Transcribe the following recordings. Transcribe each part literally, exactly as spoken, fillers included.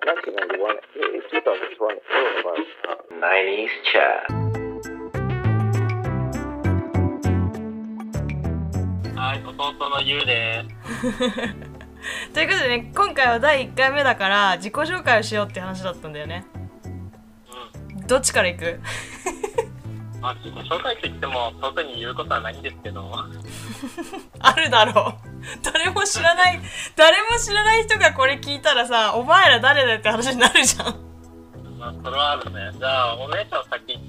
nineteen ninety-one, twenty twenty, about nineties chat. はい、弟のゆうです。 ということでね、今回はだいいっかいめだから自己紹介をしようって話だったんだよね。うん。どっちから行く？ まあ、自己紹介といっても特に言うことはないんですけどあるだろう。誰も知らない誰も知らない人がこれ聞いたらさ、お前ら誰だよって話になるじゃん。 まあそれはあるね。じゃあお姉ちゃん先行って。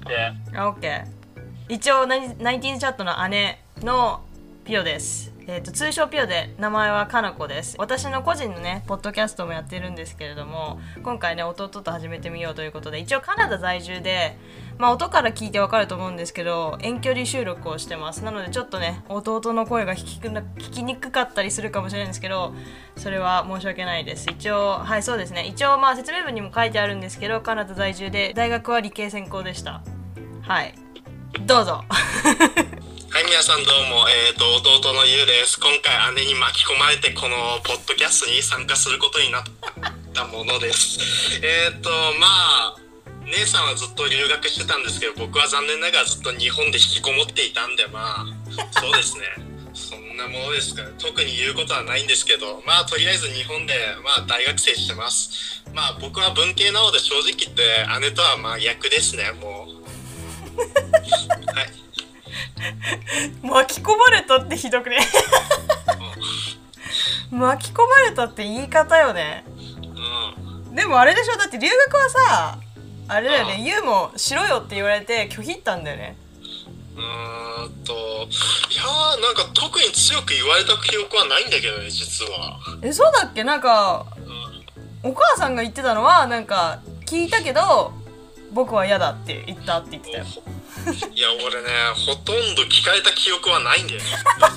オッケー。一応ナインティーンチャットの姉のピヨです。えーと、通称ピヨで名前はかなこです。私の個人のねポッドキャストもやってるんですけれども、今回ね弟と始めてみようということで、一応カナダ在住で、まあ音から聞いてわかると思うんですけど遠距離収録をしてます。なのでちょっとね弟の声が聞き、聞きにくかったりするかもしれないんですけど、それは申し訳ないです。一応はいそうですね、一応まあ説明文にも書いてあるんですけど、カナダ在住で大学は理系専攻でした。はい、どうぞはい、皆さんどうも、えーと、弟のゆうです。今回姉に巻き込まれてこのポッドキャストに参加することになったものです。えーと、まあ、姉さんはずっと留学してたんですけど、僕は残念ながらずっと日本で引きこもっていたんで、まあ、そうですね。そんなものですから、特に言うことはないんですけど、まあ、とりあえず日本で、まあ、大学生してます。まあ、僕は文系なので正直言って姉とはまあ逆ですね、もう。はい。 巻き込まれたってひどくね巻き込まれたって言い方よね、うん、でもあれでしょ、だって留学はさあれだよね、ユウもしろよって言われて拒否ったんだよね。 うーんといやーなんか特に強く言われた記憶はないんだけどね、実は。 え、そうだっけ？なんか、うん、お母さんが言ってたのはなんか聞いたけど僕は嫌だって言ったって言ってたよ。 いや俺ね、ほとんど聞かれた記憶はないんだよね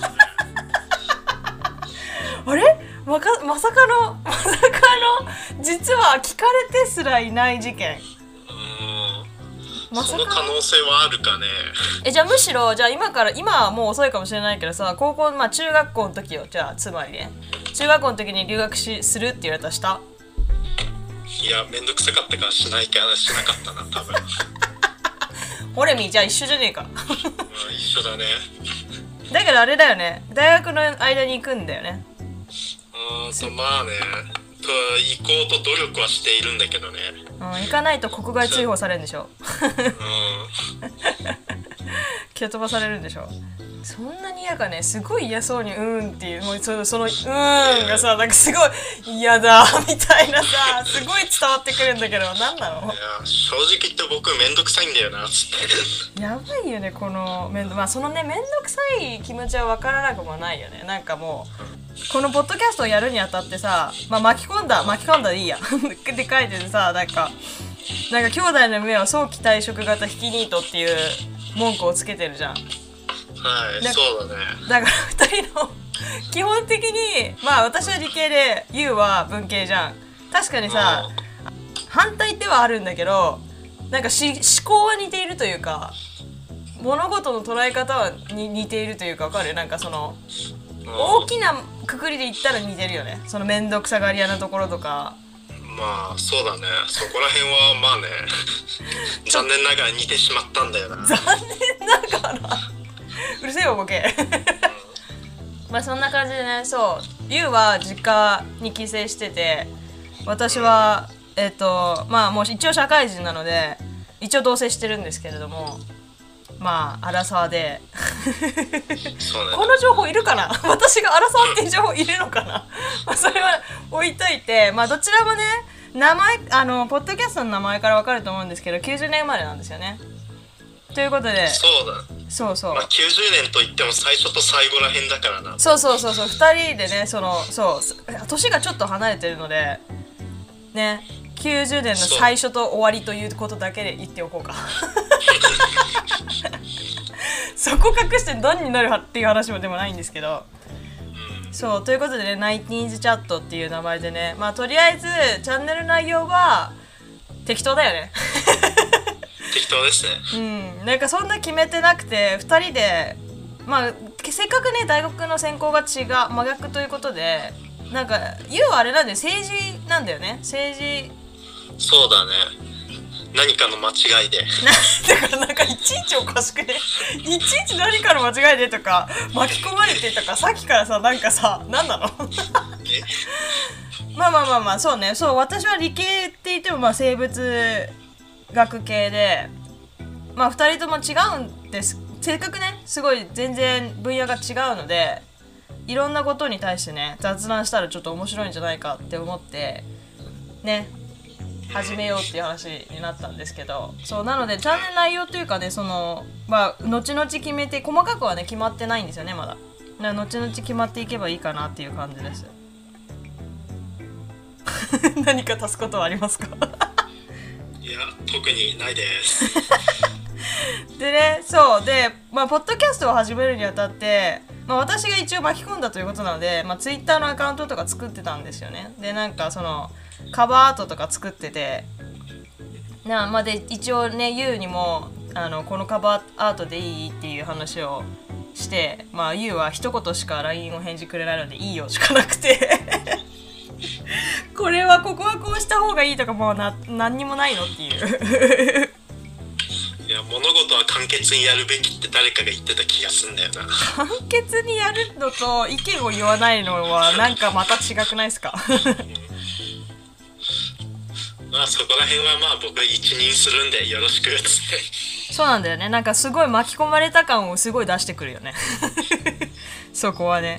あれ？まか、まさかのまさかの実は聞かれてすらいない事件。うーん、まさかその可能性はあるかね。 え、じゃあむしろじゃあ今から、今はもう遅いかもしれないけどさ、高校、まあ中学校の時よ、じゃあつまりね中学校の時に留学しするって言われたらした？ いや、めんどくさかったからしないからしなかったな、多分ホレミじゃあ一緒じゃねえかまあ一緒だね。 だけどあれだよね、大学の間に行くんだよね。 うーんとまあねと行こうと努力はしているんだけどね、 うん、行かないと国外追放されるんでしょうん蹴飛ばされるんでしょ。そんなに嫌かね。すごい嫌そうにうーんっていう、もうその、そのうーんがさ、なんかすごい嫌だみたいなさ、すごい伝わってくるんだけど、なんなの？ いや正直言って僕めんどくさいんだよなつってやばいよねこのめんど、まあそのねめんどくさい気持ちは分からなくもないよね。なんかもうこのポッドキャストをやるにあたってさ、まあ巻き込んだ巻き込んだでいいやって書いててさ、なんかなんか兄弟の目は早期退職型引きニートっていう文句をつけてるじゃん。 はい、そうだね。 だからふたりの基本的に、まあ私は理系でユウは文系じゃん。確かにさ、反対ではあるんだけど、なんかし思考は似ているというか、物事の捉え方はに似ているというか、わかる？なんかその大きなくくりで言ったら似てるよね。その面倒くさがり屋なところとか。 まあそうだね、そこら辺はまあね残念ながら似てしまったんだよな。 残念ながらうるせえよボケまあそんな感じでね、そうユウは実家に帰省してて、私はえっとまあもう一応社会人なので一応同棲してるんですけれども、まあアラサーでそうね、 この情報いるかな私がアラサーっていう情報いるのかなまあそれは置いといて、まあどちらもね名前、あのポッドキャストの名前から分かると思うんですけどきゅうじゅうねん生まれなんですよね。ということで、 そうだ、 そうそう、 まあ、きゅうじゅうねんといっても最初と最後らへんだからな。 そうそうそうそう、ふたりでね、そのそう年がちょっと離れてるのでね、きゅうじゅうねんの最初と終わりということだけで言っておこうかそこ隠して何になるっていう話もでもないんですけど、そうということでね、ナインティーンズチャットっていう名前でね、まあとりあえずチャンネル内容は適当だよね適当ですね。うん、なんかそんな決めてなくてふたりで、まあせっかくね大学の専攻が違う真逆ということで、なんかユウはあれなんだよ、政治なんだよね。政治そうだね。何かの間違いで。 だからなんかいちいちおかしくね。いちいち何かの間違いでとか巻き込まれてとかさっきからさなんかさ何なのまあまあまあまあそうね。そう私は理系って言ってもまあ生物学系でまあふたりとも違うんです。せっかくねすごい全然分野が違うのでいろんなことに対してね雑談したらちょっと面白いんじゃないかって思ってね始めようっていう話になったんですけど、そうなのでチャンネル内容というかねそのまあ後々決めて細かくはね決まってないんですよねまだ。だから後々決まっていけばいいかなっていう感じです。何か足すことはありますか？ いや特にないです。 でねそうでまあポッドキャストを始めるにあたって、まあ、私が一応巻き込んだということなので、まあ、ツイッターのアカウントとか作ってたんですよね。でなんかそのカバーアートとか作っててな、まあ、で一応ねユウにもあのこのカバーアートでいいっていう話をしてまあユウは一言しか ライン を返事くれないのでいいよしかなくてこれはここはこうした方がいいとかもうな何にもないのっていういや物事は簡潔にやるべきって誰かが言ってた気がすんだよな。 簡潔にやるのと意見を言わないのはなんかまた違くないですか？ まあそこら辺はまあ僕一任するんでよろしくっつって。 そうなんだよね。なんかすごい巻き込まれた感をすごい出してくるよね。そこはね。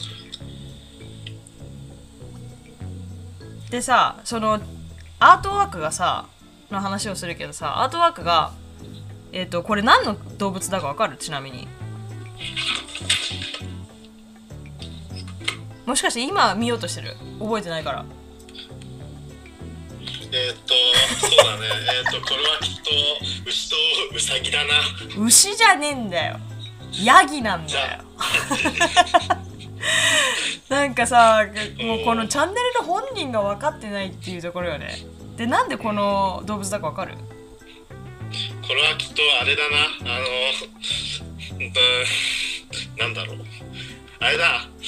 でさ、そのアートワークがさの話をするけどさ、アートワークがえっとこれ何の動物だかわかる？ちなみに。もしかして今見ようとしてる？覚えてないから。 えー、っとそうだねえー、っとこれはきっと牛とウサギだな。 牛じゃねえんだよ、ヤギなんだよ。なんかさもうこのチャンネルの本人が分かってないっていうところよね。でなんでこの動物だか分かる？ これはきっとあれだな、あのうんとなんだろうあれだ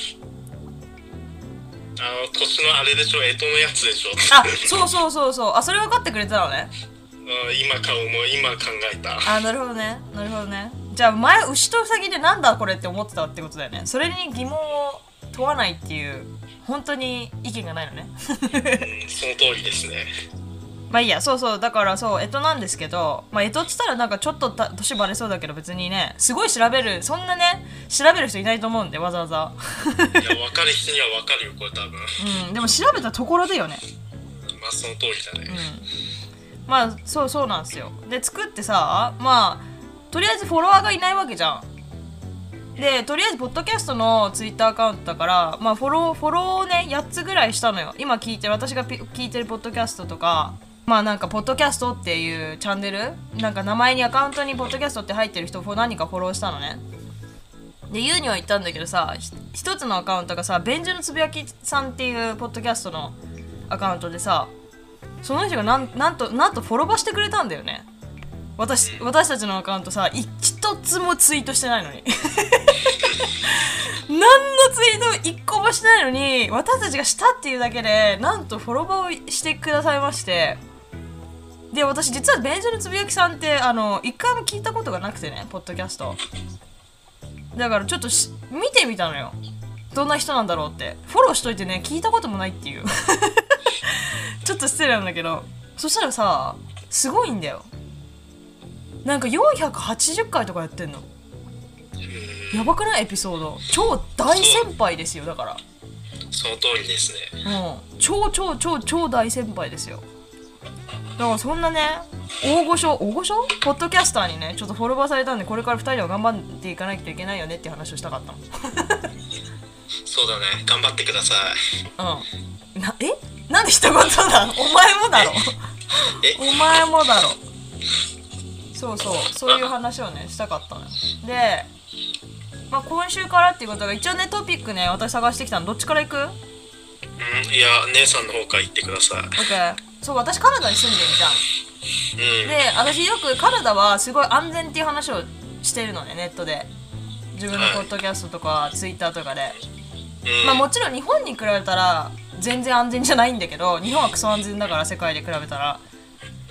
あの年のあれでしょ、干支のやつでしょ。 あ、そうそうそうそう。あ、それ分かってくれてたのね。 今かもう今考えた。 あ、なるほどね。なるほどね。じゃあ前牛とウサギでなんだこれって思ってたってことだよね。それに疑問を問わないっていう本当に意見がないのね。 うん、その通りですね。 まあいいや、そうそう、だからそう、干支なんですけど、まあ干支っつったらなんかちょっとた年バレそうだけど別にね、すごい調べる、そんなね、調べる人いないと思うんで、わざわざ。 いや、分かる人には分かるよ、これ多分。 うん、でも調べたところでよね。 まあその通りだね。 うん。まあそうそうなんですよ。で、作ってさ、まあ、とりあえずフォロワーがいないわけじゃん。で、とりあえずポッドキャストのツイッターアカウントだから、まあフォロー、フォローをね、やっつぐらいしたのよ。今聞いてる、私が聞いてるポッドキャストとか、まあなんかポッドキャストっていうチャンネルなんか名前にアカウントにポッドキャストって入ってる人を何人かフォローしたのね。でユウには言ったんだけどさ、一つのアカウントがさベンジュのつぶやきさんっていうポッドキャストのアカウントでさ、その人がなんなんとなんとフォローバしてくれたんだよね。私私たちのアカウントさ一つもツイートしてないのに何のツイート一個もしてないのに私たちがしたっていうだけでなんとフォロバーをしてくださいまして、で私実はベンジュのつぶやきさんってあの一回も聞いたことがなくてね、ポッドキャストだからちょっと見てみたのよ、どんな人なんだろうって。フォローしといてね聞いたこともないっていうちょっと失礼なんだけど、そしたらさすごいんだよ。なんかよんひゃくはちじゅっかいとかやってんの。やばくない？エピソード超大先輩ですよ。だからその通りですね。 うん、超超超超大先輩ですよ。だからそんなね大御所大御所ポッドキャスターにねちょっとフォロワーされたんで、これからふたりでは頑張っていかなきゃいけないよねっていう話をしたかったのそうだね、頑張ってください。うんなえなんで一言だお前もだろえお前もだろそうそうそういう話をねしたかったのよ。でまあ、今週からっていうことが一応ねトピックね私探してきたの。どっちから行く？うん、 いや姉さんの方から言ってください。 OK。 そう私カナダに住んでるじゃん、うん、で私よくカナダはすごい安全っていう話をしてるのね、ネットで自分のポッドキャストとかツイッターとかで、うん、まあもちろん日本に比べたら全然安全じゃないんだけど、日本はクソ安全だから世界で比べたら。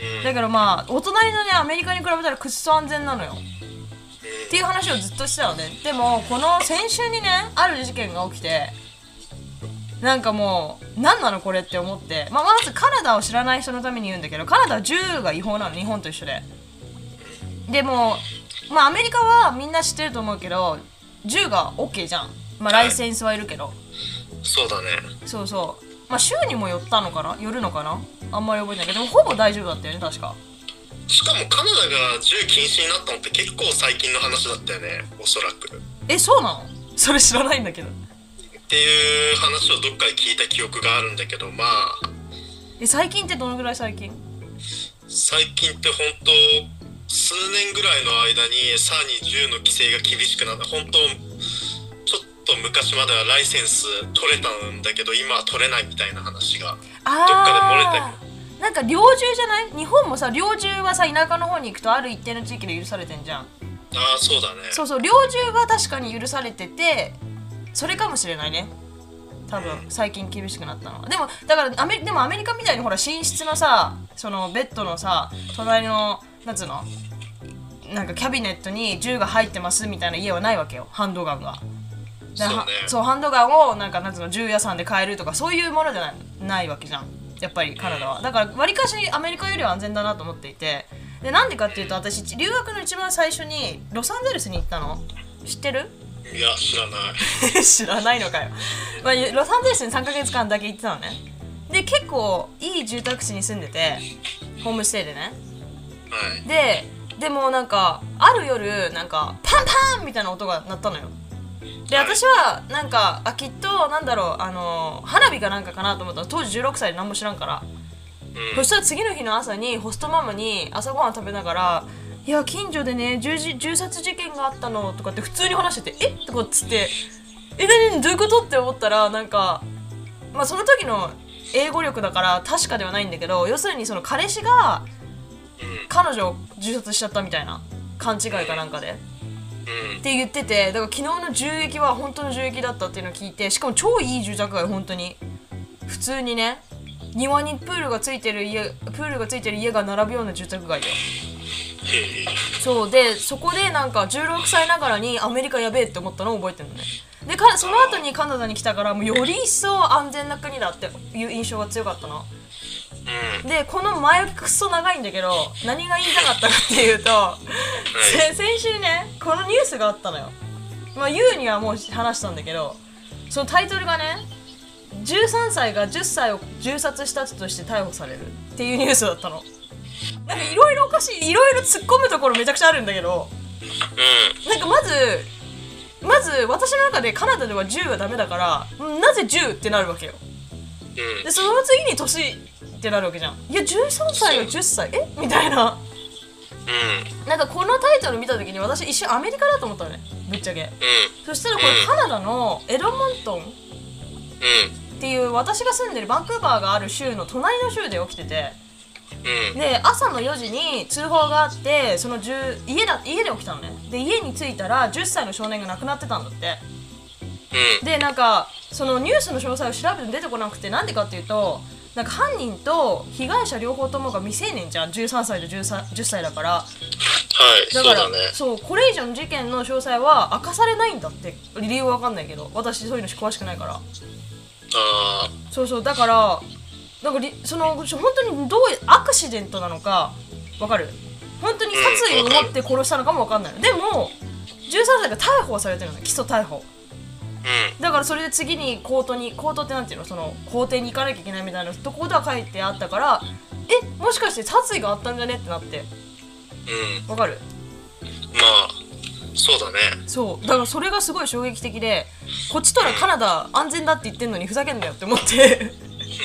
だからまあお隣のねアメリカに比べたらくっそ安全なのよっていう話をずっとしてたのね。でもこの先週にねある事件が起きて、なんかもう何なのこれって思って、まあ、まずカナダを知らない人のために言うんだけど、カナダは銃が違法なの、日本と一緒で。でもまあアメリカはみんな知ってると思うけど銃が OK じゃん。まあライセンスはいるけど、 そうだね。 そうそう、まあ州にもよったのかな、よるのかな、あんまり覚えてないけど、でもほぼ大丈夫だったよね確か。 しかもカナダが銃禁止になったのって結構最近の話だったよね、おそらく。 え、そうなの？それ知らないんだけど。 っていう話をどっかで聞いた記憶があるんだけど、まあえ、最近ってどのぐらい最近？ 最近って本当数年ぐらいの間にさらに銃の規制が厳しくなった。本当ちょっと昔まではライセンス取れたんだけど今は取れないみたいな話がどっかで漏れてる。 なんか猟銃じゃない？日本もさ、猟銃はさ田舎の方に行くとある一定の地域で許されてんじゃん。 ああ、そうだね。 そうそう、猟銃は確かに許されてて、それかもしれないね多分、うん、最近厳しくなったのは。でもだからアメでもアメリカみたいにほら寝室のさ、そのベッドのさ隣のなんつうのなんかキャビネットに銃が入ってますみたいな家はないわけよ、ハンドガンが。 そうね、 そうハンドガンをなんかなんつうの銃屋さんで買えるとかそういうものじゃない、ないわけじゃんやっぱりカナダは。だからわりかしアメリカよりは安全だなと思っていて、でなんでかっていうと私留学の一番最初にロサンゼルスに行ったの知ってる？ いや知らない知らないのかよ、まあ、ロサンゼルスにさんかげつかんだけ行ってたのね。で結構いい住宅地に住んでてホームステイでね、 はい、 ででもなんかある夜なんかパンパンみたいな音が鳴ったのよ。で私はなんかあきっとなんだろうあの花火かなんかかなと思ったら、当時じゅうろくさいで何も知らんから、うん、そしたら次の日の朝にホストママに朝ごはん食べながら、いや近所でね 銃, 銃殺事件があったのとかって普通に話してて、えっとかっつって、え何どういうことって思ったら、なんかまあその時の英語力だから確かではないんだけど、要するにその彼氏が彼女を銃殺しちゃったみたいな勘違いかなんかでって言ってて、だから昨日の銃撃は本当の銃撃だったっていうのを聞いて、しかも超いい住宅街、本当に普通にね庭にプールがついてる家プールがついてる家が並ぶような住宅街よ。そうでそこでなんかじゅうろくさいながらにアメリカやべえって思ったのを覚えてるのね。でかその後にカナダに来たからもうより一層安全な国だっていう印象が強かったの。でこの前くっそ長いんだけど何が言いたかったかっていうと先週ねこのニュースがあったのよ。まあユウにはもう話したんだけど、そのタイトルがねじゅうさんさいがじゅっさいを銃殺したとして逮捕されるっていうニュースだったの。なんかいろいろおかしい、いろいろ突っ込むところめちゃくちゃあるんだけど、なんかまずまず私の中でカナダでは銃はダメだからなぜ銃ってなるわけよ。でその次に年ってなるわけじゃん。いやじゅうさんさいがじゅっさいえみたいな、なんかこのタイトル見た時に私一瞬アメリカだと思ったのねぶっちゃけ。そしたらこれカナダのエドモントンっていう私が住んでるバンクーバーがある州の隣の州で起きてて、で朝のよじに通報があって、そのじゅう家だ家で起きたのね。で家に着いたらじゅっさいの少年が亡くなってたんだって。でなんかそのニュースの詳細を調べても出てこなくて、なんでかっていうとなんか犯人と被害者両方ともが未成年じゃん、じゅうさんさいとじゅっさいだから。 はいだからそうだね。 そうこれ以上の事件の詳細は明かされないんだって。理由は分かんないけど私そういうの詳しくないから。 あそうそうだからなんかその本当にどういうアクシデントなのか分かる、本当に殺意を持って殺したのかも分かんない、うん、でもじゅうさんさいが逮捕されてるの、起訴逮捕、うん、だからそれで次にコートにコートってなんていうの、その法廷に行かなきゃいけないみたいなところでは書いてあったから、えもしかして殺意があったんじゃねってなって、うん、分かる。 まあそうだね。 そうだからそれがすごい衝撃的で、こっちとらカナダ安全だって言ってんのにふざけんなよって思って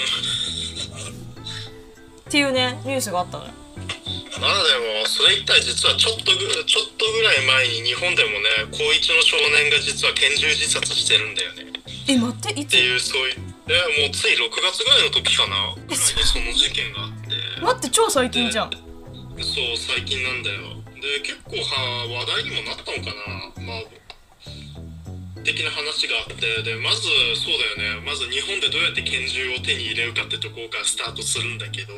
っていうねニュースがあったのよ。 まあでもそれ言ったら実はちょっとぐちょっとぐらい前に日本でもね高一の少年が実は拳銃自殺してるんだよね。 え待っていつ？ っていうそういうえもうついろくがつぐらいの時かなぐらいにその事件があって。 待って超最近じゃん。 そう最近なんだよ。で結構は話題にもなったのかな、まあ的な話があって、でまずそうだよね、まず日本でどうやって拳銃を手に入れるかってところからスタートするんだけど、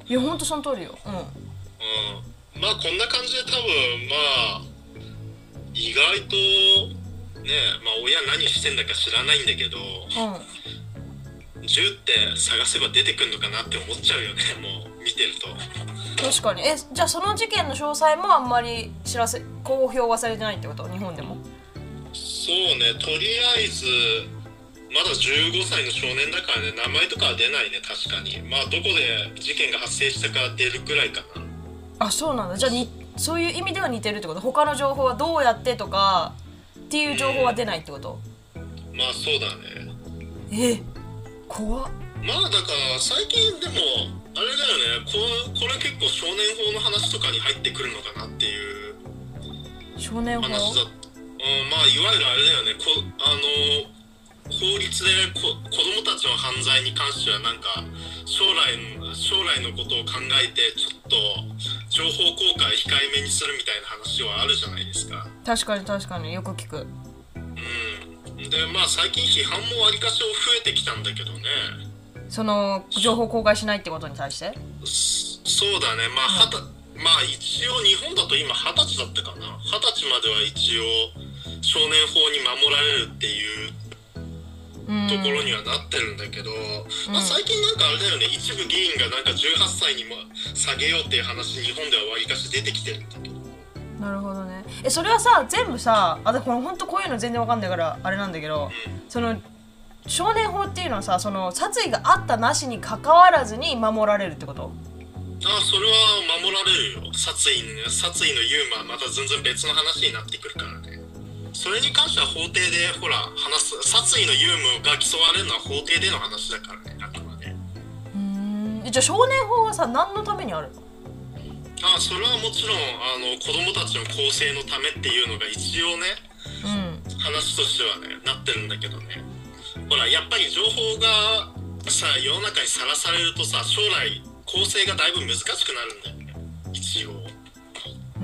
いやほんとその通りよ。うん、 うん、まあこんな感じで多分まあ意外とね、まあ親何してんだか知らないんだけど、 うん、 銃って探せば出てくるのかなって思っちゃうよね、もう見てると。 確かに。え、じゃあその事件の詳細もあんまり知らせ公表はされてないってこと？日本でも。 そうね、とりあえずまだじゅうごさいの少年だからね、名前とかは出ないね。確かにまあどこで事件が発生したか出るくらいかな。 あ、そうなんだ。じゃあにそういう意味では似てるってこと？他の情報はどうやってとかっていう情報は出ないってこと？ うん、まあそうだね。 え、怖っ。 まあだから最近でもあれだよね、ここれ結構少年法の話とかに入ってくるのかなっていう少年法話だ。うん、まあいわゆるあれだよね、こあの法律でこ子供たちの犯罪に関してはなんか将来の将来のことを考えてちょっと情報公開控えめにするみたいな話はあるじゃないですか。 確かに確かによく聞く。 うん。でまあ最近批判もわりかし増えてきたんだけどね。 その情報公開しないってことに対して？ そうだね。まあはた、まあ一応日本だと今二十歳だったかな。二十歳までは一応少年法に守られるっていうところにはなってるんだけど、うん、まあ、最近なんかあれだよね、一部議員がなんかじゅうはっさいにも下げようっていう話日本ではわりかし出てきてるんだけど。 なるほどね。え、それはさ全部さ、あ、これほんとこういうの全然わかんないからあれなんだけど、うん、その少年法っていうのはさ、その殺意があったなしに関わらずに守られるってこと？ ああ、それは守られるよ。殺意、殺意のユーモアはまた全然別の話になってくるからね。それに関しては法廷でほら話す、殺意のユーモアが競われるのは法廷での話だからね、あくまで。 うーん、じゃあ少年法はさ何のためにあるの？ ああ、それはもちろんあの子供たちの更生のためっていうのが一応ね、うん、話としてはねなってるんだけどね。ほらやっぱり情報がさ世の中にさらされるとさ、将来構成がだいぶ難しくなるんだよね、一応。 うん、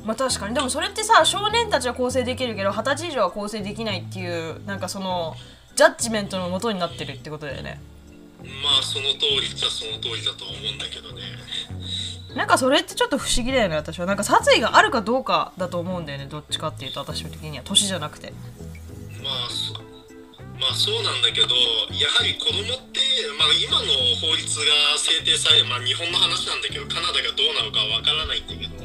まあ確かに。でもそれってさ、少年たちは構成できるけど二十歳以上は構成できないっていう、なんかそのジャッジメントのもとになってるってことだよね。 まあその通りっちゃその通りだと思うんだけどね。 なんかそれってちょっと不思議だよね。私はなんか殺意があるかどうかだと思うんだよね、どっちかっていうと。私的には年じゃなくて、 まあまあそうなんだけど、やはり子供って、まあ、今の法律が制定される、まあ、日本の話なんだけどカナダがどうなのかわからないんだけど、うん、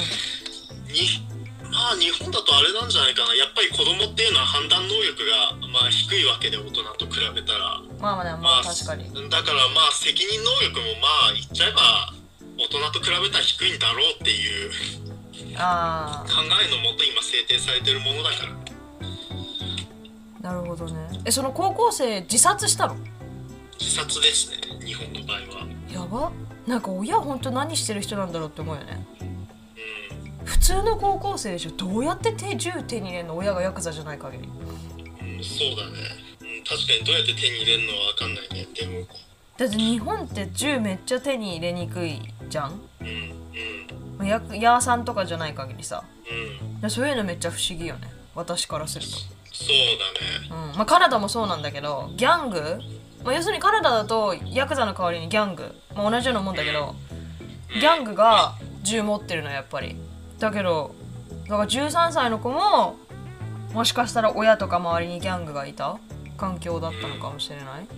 にまあ日本だとあれなんじゃないかな。やっぱり子供っていうのは判断能力がまあ低いわけで、大人と比べたら。 まあまあまあ、まあ、確かに。 だからまあ責任能力もまあ言っちゃえば大人と比べたら低いんだろうっていうあ考えのもと今制定されてるものだから。 なるほどね。え、その高校生自殺したの？ 自殺ですね、日本の場合は。 やば。なんか親ほんと何してる人なんだろうって思うよね。うん。普通の高校生でしょ。どうやって手銃手に入れるの？親がヤクザじゃない限り。 うん、そうだね。うん、確かにどうやって手に入れるのは分かんないね。でもだって日本って銃めっちゃ手に入れにくいじゃん。うんうん。やヤーさんとかじゃない限りさ。うん。そういうのめっちゃ不思議よね、私からすると。 そうだね、 うん、まあ、カナダもそうなんだけど、ギャング、まあ、要するにカナダだとヤクザの代わりにギャング、まあ、同じようなもんだけど、ギャングが銃持ってるのやっぱり。だけどだからじゅうさんさいの子ももしかしたら親とか周りにギャングがいた環境だったのかもしれない。まあ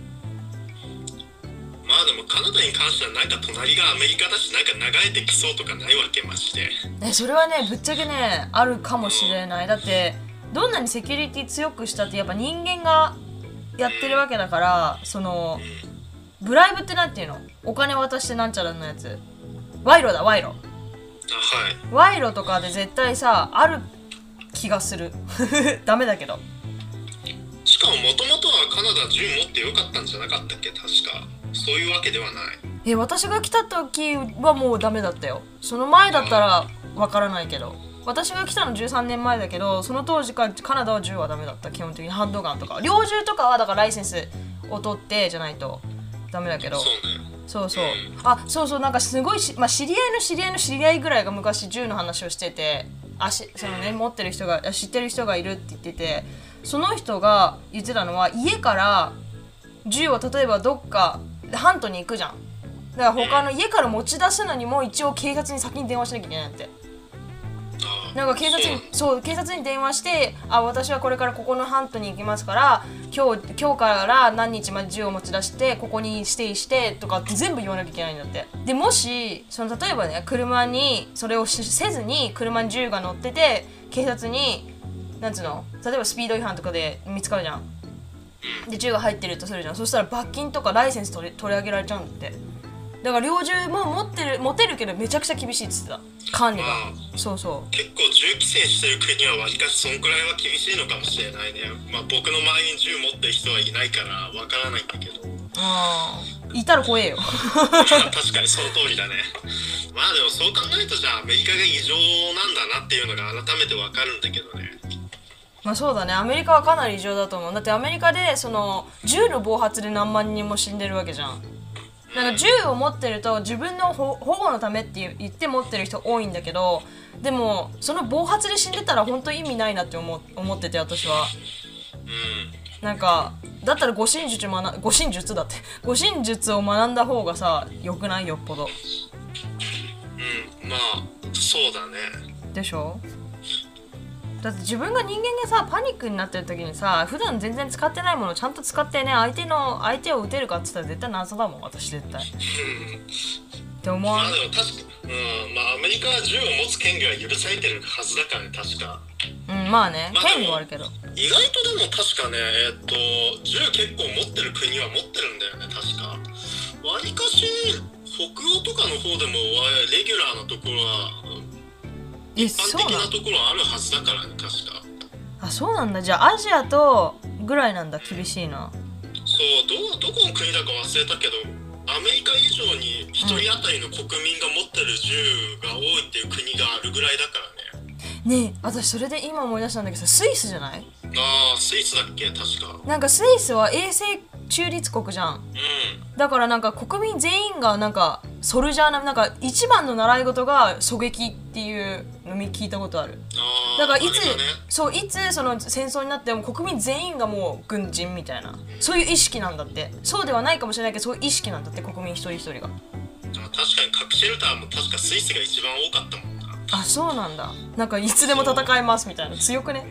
でもカナダに関してはなんか隣がアメリカだし、なんか流れてきそうとかないわけまして。 え、それはねぶっちゃけねあるかもしれない。だってどんなにセキュリティ強くしたってやっぱ人間がやってるわけだから、そのブライブってなんていうの、お金渡してなんちゃらのやつ、賄賂だ賄賂。 はい、 賄賂とかで絶対さある気がするダメだけど。 しかももともとはカナダ銃持ってよかったんじゃなかったっけ。確かそういうわけではない。 え、私が来た時はもうダメだったよ。その前だったらわからないけど、私が来たのじゅうさんねんまえだけど、その当時からカナダは銃はダメだった。基本的にハンドガンとか猟銃とかはだからライセンスを取ってじゃないとダメだけど。 そうね。 そうそう、あ、そうそう、なんかすごいし、まあ、知り合いの知り合いの知り合いぐらいが昔銃の話をしてて、あしそのね持ってる人が知ってる人がいるって言ってて、その人が言ってたのは家から銃を例えばどっかハントに行くじゃん。 だから他の家から持ち出すのにも一応警察に先に電話しなきゃいけないんだって。なんか警察にそう警察に電話してあ私はこれからここのハントに行きますから今日今日から何日まで銃を持ち出してここにステイしてとかって全部言わなきゃいけないんだって。でもしその例えばね車にそれをせずに車に銃が乗ってて警察になんつうの例えばスピード違反とかで見つかるじゃん。で銃が入ってるとするじゃん。そしたら罰金とかライセンス取り取り上げられちゃうんだって。だから猟銃も持ってる持てるけどめちゃくちゃ厳しいっつってた管理が、うん、そうそう結構銃規制してる国はわりかしそんくらいは厳しいのかもしれないね。まあ僕の周りに銃持ってる人はいないからわからないんだけどあいたら怖えよ確かにその通りだね。まあでもそう考えるとじゃあアメリカが異常なんだなっていうのが改めてわかるんだけどね。 まあそうだねアメリカはかなり異常だと思う。だってアメリカでその銃の暴発で何万人も死んでるわけじゃん。なんか銃を持ってると自分の保護のためって言って持ってる人多いんだけどでもその暴発で死んでたら本当意味ないなって思思ってて私は、うん、なんかだったら護身術学護身術だって護身術を学んだ方がさ良くないよっぽど。 うんまあそうだね。 でしょ。だって自分が人間がさパニックになってる時にさ普段全然使ってないものをちゃんと使ってね相手の相手を撃てるかって言ったら絶対謎だもん私絶対って思わん。まあでも確かうんまあアメリカは銃を持つ権利は許されてるはずだからね確か。 うんまあね、まあ、権利はあるけど意外とでも確かねえー、っと銃結構持ってる国は持ってるんだよね確か。わりかし北欧とかの方でもレギュラーなところは一般的なところあるはずだからね確か。 あそうなんだ。じゃあアジアとぐらいなんだ厳しいな。 そうどどこの国だか忘れたけどアメリカ以上にひとり当たりの国民が持ってる銃が多いっていう国があるぐらいだからね。 ねえ私それで今思い出したんだけどさスイスじゃない？ ああスイスだっけ確か。 なんかスイスは永世中立国じゃん、うん、だからなんか国民全員がなんかソルジャーななんか一番の習い事が狙撃っていうのに聞いたことある。 あだからいつ、 ね、 そういつその戦争になっても国民全員がもう軍人みたいなそういう意識なんだって。そうではないかもしれないけどそういう意識なんだって国民一人一人が。 あ確かに核シェルターも確かスイスが一番多かったもんな。 あそうなんだ。なんかいつでも戦えますみたいな強くね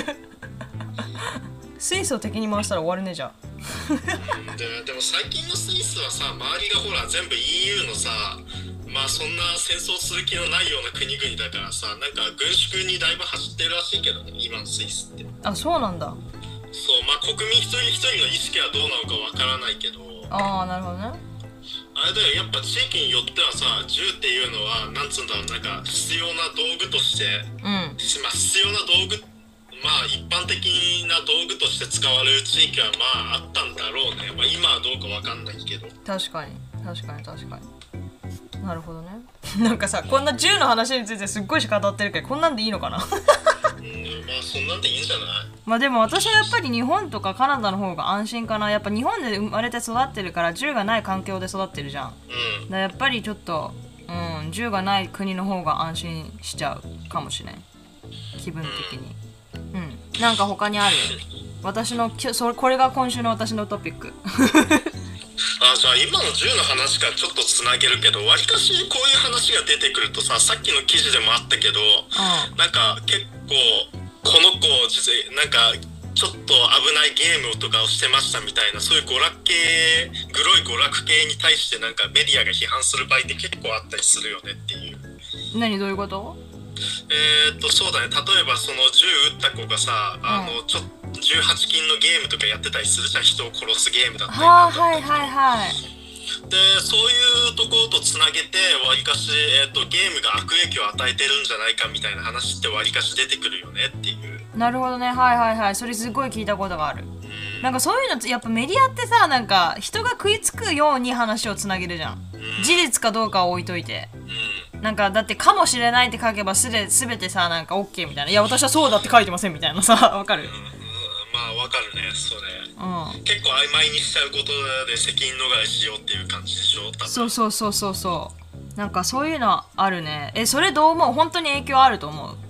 スイスを敵に回したら終わるねじゃあで, でも最近のスイスはさ周りがほら全部 イーユー のさまあそんな戦争する気のないような国々だからさなんか軍縮にだいぶ走ってるらしいけどね今のスイスって。 あそうなんだ。 そうまあ国民一人一人の意識はどうなのかわからないけどああなるほどね。 あれだよやっぱ地域によってはさ銃っていうのはなんつうんだろうなんか必要な道具として、 うんまあ、必要な道具まあ一般的な道具として使われる地域はまああったんだろうね、まあ、今はどうかわかんないけど。 確かに確かに確かになるほどねなんかさこんな銃の話についてすっごいし語ってるけどこんなんでいいのかなうんまあそんなんでいいんじゃない。まあでも私はやっぱり日本とかカナダの方が安心かな。やっぱ日本で生まれて育ってるから銃がない環境で育ってるじゃん、うん、だやっぱりちょっと、うん、銃がない国の方が安心しちゃうかもしれん気分的に。うん、なんか他にある？私のそこれが今週の私のトピックあじゃあ今の銃の話からちょっとつなげるけどわりかしこういう話が出てくるとささっきの記事でもあったけど、うん、なんか結構この子実なんかちょっと危ないゲームとかをしてましたみたいなそういう娯楽系グロい娯楽系に対してなんかメディアが批判する場合って結構あったりするよねっていう。 何どういうこと？ えー、っとそうだね例えばその銃撃った子がさ、うん、あのちょじゅうはち禁のゲームとかやってたりするじゃん人を殺すゲームだったりなんだったり、はいはいはい、 でそういうところとつなげてわりかし、えー、っとゲームが悪影響を与えてるんじゃないかみたいな話ってわりかし出てくるよねっていう。 なるほどねはいはいはいそれすごい聞いたことがある。うんなんかそういうのやっぱメディアってさなんか人が食いつくように話をつなげるじゃん、うん、事実かどうかは置いといて、うん、なんかだってかもしれないって書けばすべすべてさなんか OK みたいないや私はそうだって書いてませんみたいなさわかる、うん、 まあわかるねそれ、うん、結構曖昧にしちゃうことで責任逃れしようっていう感じでしょ多分。 そうそうそうそうそうなんかそういうのあるね。えそれどう思う？本当に影響あると思う？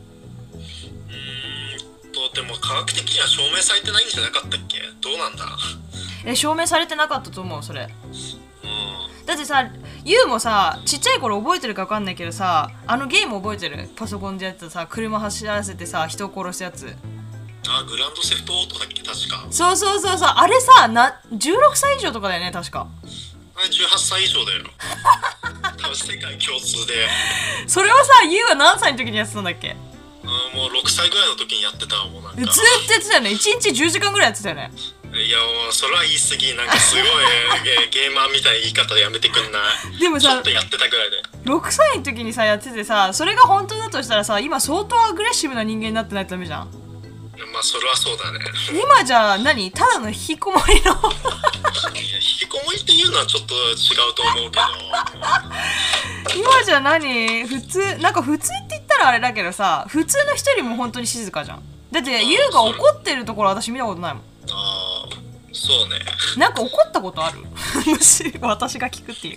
でも科学的には証明されてないんじゃなかったっけ？どうなんだ？ え証明されてなかったと思うそれ、うん、 だってさ、ユウもさ、ちっちゃい頃覚えてるか分かんないけどさ、あのゲーム覚えてる？パソコンでやってたさ、車走らせてさ、人を殺すやつ。 あ、グランドセフトオートだっけ確か。 そうそうそうそう、あれさな、じゅうろくさい以上とかだよね確か。 あれじゅうはっさい以上だよ。多分世界共通で。 それはさ、ユウは何歳の時にやってたんだっけ？ あ、もうろくさいぐらいの時にやってたわ。もうなんかずーっとやってたよね。いちにちじゅうじかんぐらいやってたよね。 いや、もうそれは言い過ぎ。なんかすごいゲゲーマーみたいな言い方でやめてくんない？ でもさ、 ちょっとやってたぐらいで。 ろくさいの時にさやっててさ、それが本当だとしたらさ、今相当アグレッシブな人間になってないとダメじゃん。 まあそれはそうだね。 今じゃ何、ただの引きこもりのいや、引きこもりっていうのはちょっと違うと思うけど。 今じゃ何、普通、なんか普通って言ったらあれだけどさ、普通の人よりも本当に静かじゃん。だってユウが怒ってるところ私見たことないもん。 ああ、そうね。 なんか怒ったことある？むしろ私が聞くっていう。 うん、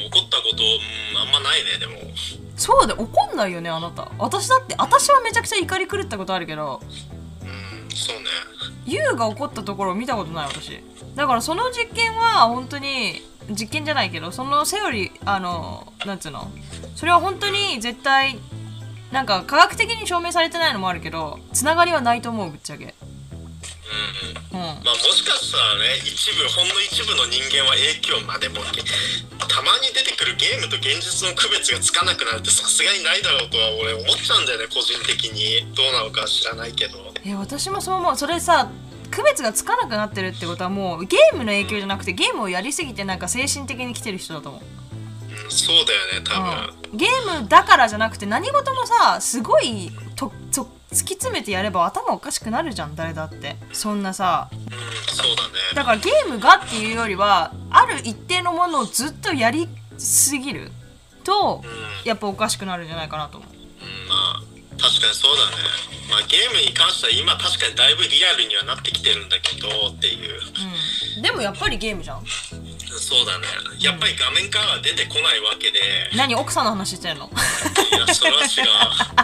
怒ったこと、うん、あんまないね。でもそうで、怒んないよねあなた。私だって、私はめちゃくちゃ怒り狂ったことあるけど、 うん、そうね。 ユウが怒ったところを見たことない私。だからその実験は本当に実験じゃないけど、そのセオリー、あのなんつうの、それは本当に絶対なんか科学的に証明されてないのもあるけど、つながりはないと思う、ぶっちゃけ。 うんうん、うん、まあもしかしたらね、一部ほんの一部の人間は影響までもたまに出てくるゲームと現実の区別がつかなくなるってさすがにないだろうとは俺思っちゃうんだよね、個人的に。どうなのか知らないけど。 え、私もそう思う。それさ、区別がつかなくなってるってことはもうゲームの影響じゃなくて、ゲームをやりすぎてなんか精神的に来てる人だと思う。 うん、そうだよね多分、 うん、ゲームだからじゃなくて、何事もさ、すごいとと突き詰めてやれば頭おかしくなるじゃん、誰だって。そんなさ、 うん、そうだね。 だからゲームがっていうよりは、ある一定のものをずっとやりすぎると、 うん、 やっぱおかしくなるんじゃないかなと思う。 うん、まあ確かにそうだね。まあゲームに関しては今確かにだいぶリアルにはなってきてるんだけどっていう、 うん、でもやっぱりゲームじゃん。 そうだね。やっぱり画面からは出てこないわけで。 何、奥さんの話してんの？ いや、それは違う。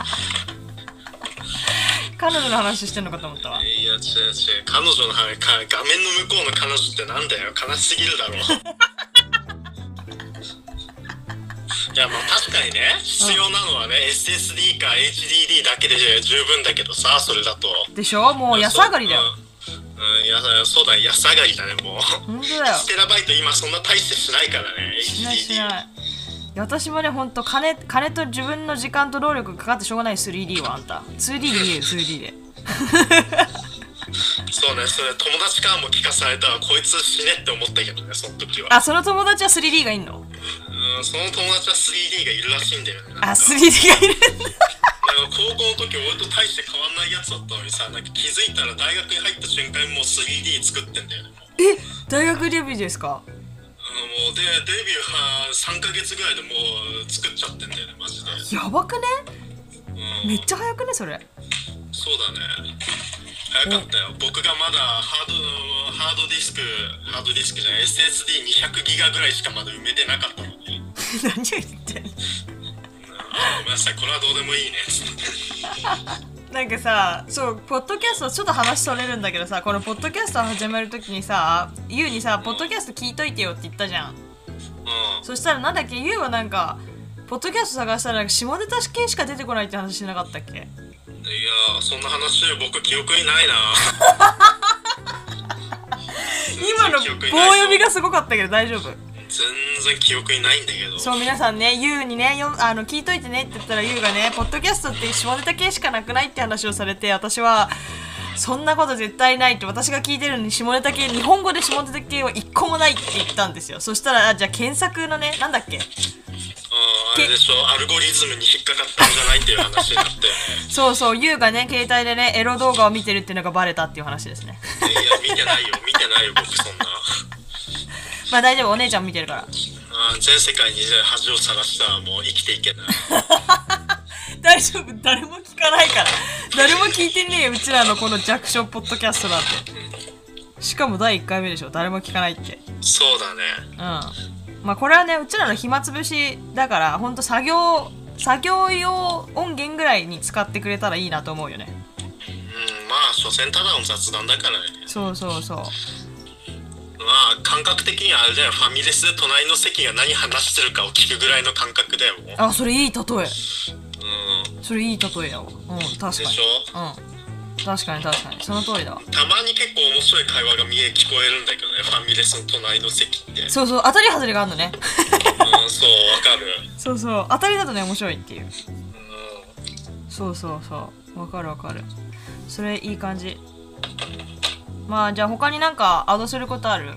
彼女の話してんのかと思ったわ。 いや、違う違う。彼女の話、か画面の向こうの彼女ってなんだよ。悲しすぎるだろ。いや、まあ確かにね、必要なのはね、うん、エスエスディー か エイチディーディー だけで十分だけどさ、それだと。でしょ？もう安上がりだよ。うん、いや、そうだ、安上がりだね、もう。本当だよ。いちテラバイト今そんな大してしないからね、エイチディーディー。しないしない。私もね、ほんと金、金と自分の時間と労力がかかってしょうがない スリーディー はあんた ツーディー でいいよ ツーディー で。そうね、それ友達からも聞かされたらこいつ死ねって思ったけどね、その時は。あ、その友達は スリーディー がいんの？うん、その友達は スリーディー がいるらしいんだよね。あ、スリーディー がいるんだ。なんか高校の時俺と大して変わんないやつだったのにさ、なんか気づいたら大学に入った瞬間にもう スリーディー 作ってんだよね。え、大学デビューですか？もうでデビューはさんかげつぐらいでもう作っちゃってんだよね、マジで。やばくね？うん、めっちゃ早くね、それ。そうだね、早かったよ。僕がまだハードハードディスクハードディスクじゃない エスエスディーにひゃくギガぐらいしかまだ埋めてなかったのに。何を言ってんの？あ、ごめんなさい、これはどうでもいいね。なんかさ、そう、ポッドキャストちょっと話それるんだけどさ、このポッドキャスト始めるときにさ、ユウにさ、ポッドキャスト聞いといてよって言ったじゃん。うん。そしたらなんだっけ、ユウはなんかポッドキャスト探したら下ネタ系しか出てこないって話しなかったっけ？いやー、そんな話僕記憶にないな。今の棒読みがすごかったけど大丈夫？全然記憶にないんだけど。そう、皆さんね、ユウにね、よあの聞いといてねって言ったら、ユウがね、ポッドキャストって下ネタ系しかなくないって話をされて、私はそんなこと絶対ないって、私が聞いてるのに下ネタ系、日本語で下ネタ系は一個もないって言ったんですよ。そしたら、じゃあ検索のね、なんだっけ、ああれでしょ、アルゴリズムに引っかかったんじゃないっていう話になってそうそう、ユウがね、携帯でね、エロ動画を見てるっていうのがバレたっていう話ですね。いや、見てないよ、見てないよ、僕そんな。まあ大丈夫、お姉ちゃん見てるから。あ、全世界に恥をさらしたらもう生きていけない。大丈夫、誰も聞かないから。誰も聞いてねえよ、うちらのこの弱小ポッドキャストなんて。しかもだいいっかいめでしょ、誰も聞かないって。そうだね。うん。まあこれはね、うちらの暇つぶしだから、ほんと作業作業用音源ぐらいに使ってくれたらいいなと思うよね。うん、まあ所詮ただの雑談だからね。そうそうそう。ままあ感覚的にはあれだよ、ファミレスで隣の席が何話してるかを聞くぐらいの感覚だよ。もうあ、それいい例え。 うん、 それいい例えやわ。うん確かに。 でしょ。 うん確かに確かにその通りだわ。 たまに結構面白い会話が見え聞こえるんだけどね、ファミレスの隣の席ってそうそう当たり外れがあるのねうん、そう、わかる。 そうそう当たりだとね面白いっていう。 うん、 そうそうそうわかるわかる。それいい感じ。まあじゃあ他になんかアドすることある？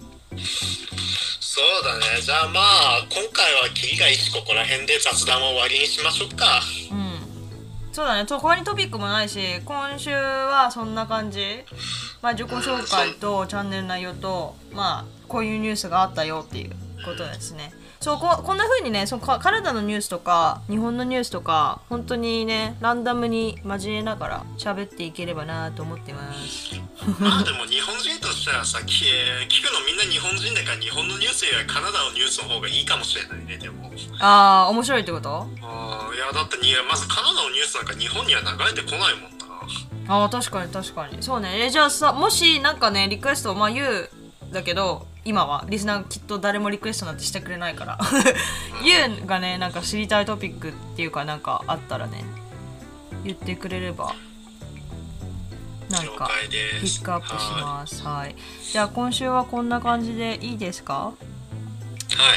そうだね。じゃあまあ今回はキリがいいし、ここら辺で雑談を終わりにしましょうか。 うんそうだね。と他にトピックもないし、今週はそんな感じ。まあ自己紹介とチャンネル内容とまあこういうニュースがあったよっていうことですね。そう こ, こんな風にねそカナダのニュースとか日本のニュースとか本当にねランダムに交えながら喋っていければなと思ってます。 まあでも日本人としてはさ、きえー聞くのみんな日本人だから日本のニュースよりカナダのニュースの方がいいかもしれないね。でもああ面白いってこと？ あーいやだってにまずカナダのニュースなんか日本には流れてこないもんな。 ああ確かに確かにそうね。えじゃあさもしなんかねリクエストまあ言うだけど今はリスナーきっと誰もリクエストなんてしてくれないからユウがねなんか知りたいトピックっていうかなんかあったらね言ってくれればなんかピックアップします。はい、はい、じゃあ今週はこんな感じでいいですか？ はい。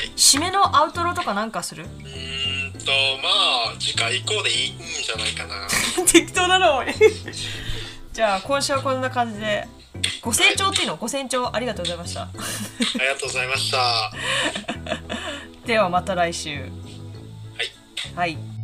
締めのアウトロとかなんかする？ うーんとまあ次回以降でいいんじゃないかな。 適当だなおいじゃあ今週はこんな感じでご清聴っていうの、はい、ご清聴ありがとうございましたありがとうございましたではまた来週。 はい、 はい